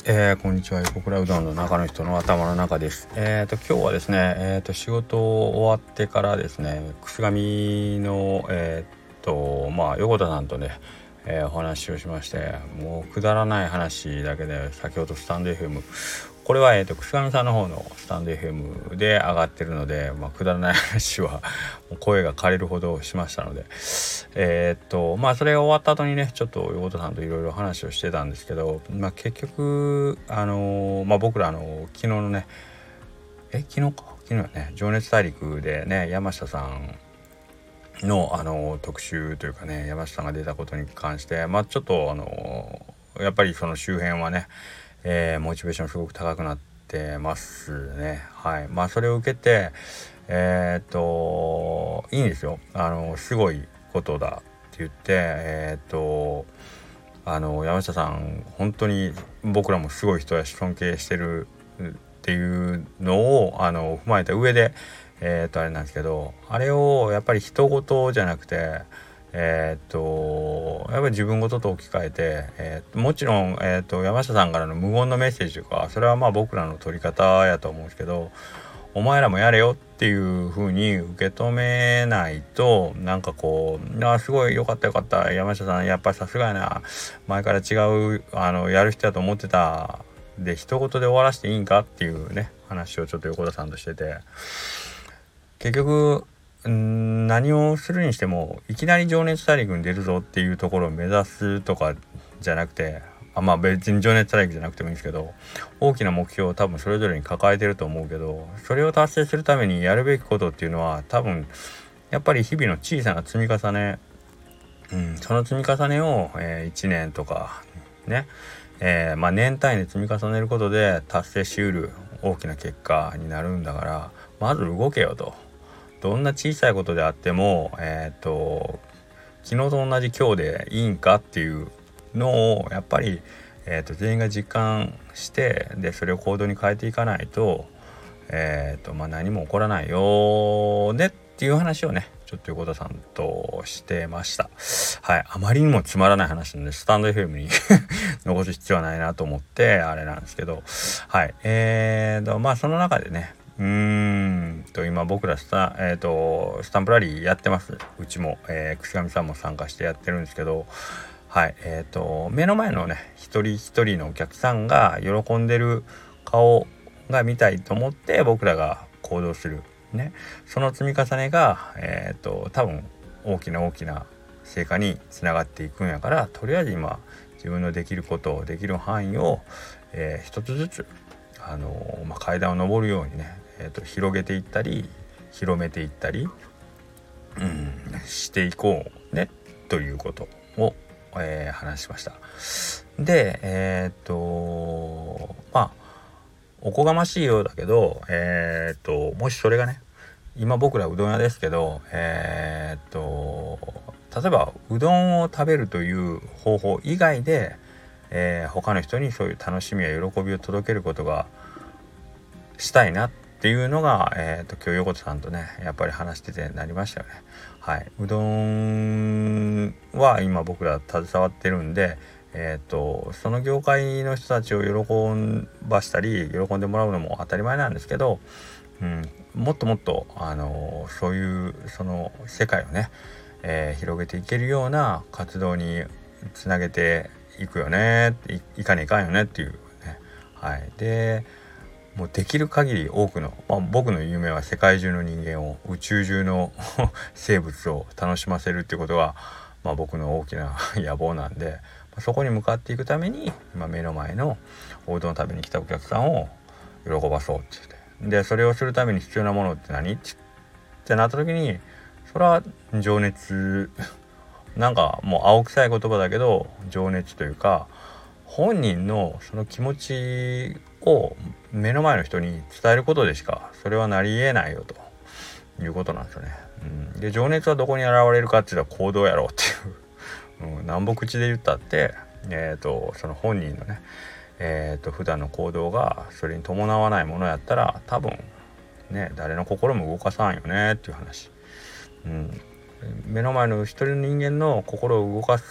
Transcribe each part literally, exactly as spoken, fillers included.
えー、こんにちは。横倉うどんの中の人の頭の中です。えーと今日はですね、えーと仕事終わってからですね、くすがみのえーとまあ横田さんとね、えーお話をしまして、もうくだらない話だけで、先ほどスタンド エフエム、これはえーとくすがみさんの方のスタンド エフエム で上がってるので、まあ、くだらない話はもう声が枯れるほどしましたので、えー、っとまあそれが終わった後にね、ちょっと横田さんといろいろ話をしてたんですけど、まあ結局あのー、まあ僕らあの昨日のねえ昨日か昨日ね情熱大陸でね、山下さんのあの特集というかね、山下さんが出たことに関して、まあちょっとあのやっぱりその周辺はね、えー、モチベーションすごく高くなってますね。はい。まあそれを受けてえー、っといいんですよ。あのすごいことだって言って、えー、っとあの山下さん本当に僕らもすごい人やし尊敬してるっていうのをあの踏まえた上で、えー、っとあれなんですけど、あれをやっぱり人事じゃなくて、えー、っとやっぱり自分事と置き換えて、えー、もちろん、えー、っと山下さんからの無言のメッセージとか、それはまあ僕らの取り方やと思うんですけど、お前らもやれよっていう風に受け止めないと、なんかこう、あすごいよかったよかった、山下さんやっぱりさすがやな、前から違うあのやる人だと思ってたで一言で終わらせていいんかっていうね話をちょっと横田さんとしてて、結局ん何をするにしてもいきなり情熱大陸に出るぞっていうところを目指すとかじゃなくて、あまあ別に情熱大陸じゃなくてもいいんですけど、大きな目標を多分それぞれに抱えてると思うけど、それを達成するためにやるべきことっていうのは多分やっぱり日々の小さな積み重ね、うん、その積み重ねを、えー、いちねんとかね、えー、まあ年単位で積み重ねることで達成しうる大きな結果になるんだから、まず動けよと。どんな小さいことであっても、えっと昨日と同じ今日でいいんかっていうのをやっぱり、えー、と全員が実感して、でそれを行動に変えていかないと、えーとまあ、何も起こらないよねっていう話をね、ちょっと横田さんとしてました。はい。あまりにもつまらない話なんでスタンド エフエム に残す必要はないなと思ってあれなんですけど、はい。えーとまあその中でね、うーんと今僕らスタ、えー、とスタンプラリーやってます。うちも、えー、くすがみさんも参加してやってるんですけど、はい。えー、と目の前のね一人一人のお客さんが喜んでる顔が見たいと思って僕らが行動するね、その積み重ねが、えー、と多分大きな大きな成果につながっていくんやから、とりあえず今自分のできることできる範囲を、えー、一つずつあのーまあ、階段を上るようにね、えー、と広げていったり広めていったり、うん、していこうねということを、えー、話しました。でえっ、とまあおこがましいようだけど、えっ、ともしそれがね、今僕らうどん屋ですけど、えっ、と例えばうどんを食べるという方法以外で、えー、他の人にそういう楽しみや喜びを届けることがしたいなっていうのが、えー、と今日横田さんとねやっぱり話しててなりましたよね。はい。うどんは今僕ら携わってるんで、えー、とその業界の人たちを喜ばしたり喜んでもらうのも当たり前なんですけど、うん、もっともっと、あのーそういうその世界をね、えー広げていけるような活動につなげていくよね、い、いかねいかんよねっていうね。はい。でもうできる限り多くの、まあ、僕の夢は世界中の人間を、宇宙中の生物を楽しませるっていうことが、まあ、僕の大きな野望なんで、そこに向かっていくために今目の前のおうどんを食べに来たお客さんを喜ばそうって言って、でそれをするために必要なものって何ってなった時に、それは情熱なんかもう青臭い言葉だけど情熱というか、本人のその気持ちを目の前の人に伝えることでしかそれはなり得ないよということなんですよね。うん、で情熱はどこに現れるかっていうと行動やろうっていう、うん、南北口で言ったって、えー、とその本人のね、えー、と普段の行動がそれに伴わないものやったら多分ね誰の心も動かさんよねっていう話。うん、目の前の一人の人間の心を動かす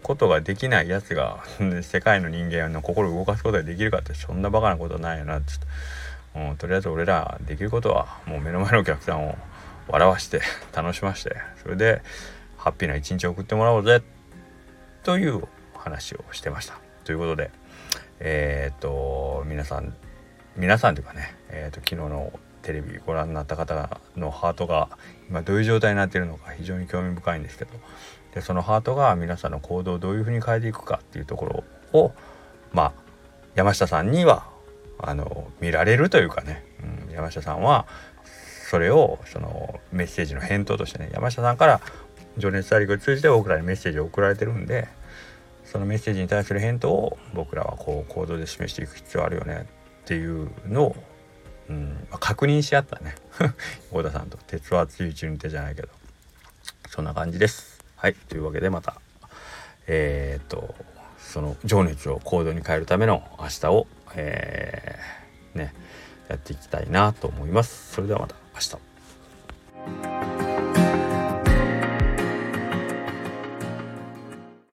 ことができないやつが世界の人間の心を動かすことができるかって、そんなバカなことないよなって。うん、とりあえず俺らできることはもう目の前のお客さんを笑わして楽しまして、それでハッピーな一日を送ってもらおうぜという話をしてました。ということでえっ、ー、と皆さん皆さんというかね、えー、と昨日のテレビご覧になった方のハートが今どういう状態になっているのか非常に興味深いんですけど、でそのハートが皆さんの行動をどういうふうに変えていくかっていうところをまあ山下さんにはあの見られるというかね、うん、山下さんはそれをそのメッセージの返答としてね、山下さんから情熱大陸を通じて僕らにメッセージを送られてるんで、そのメッセージに対する返答を僕らはこう行動で示していく必要あるよねっていうのを、うんまあ、確認し合ったね小田さんと鉄は熱いうちに手じゃないけど、そんな感じです。はい、というわけでまたえー、っとその情熱を行動に変えるための明日を、えー、ねやっていきたいなと思います。それではまた明日。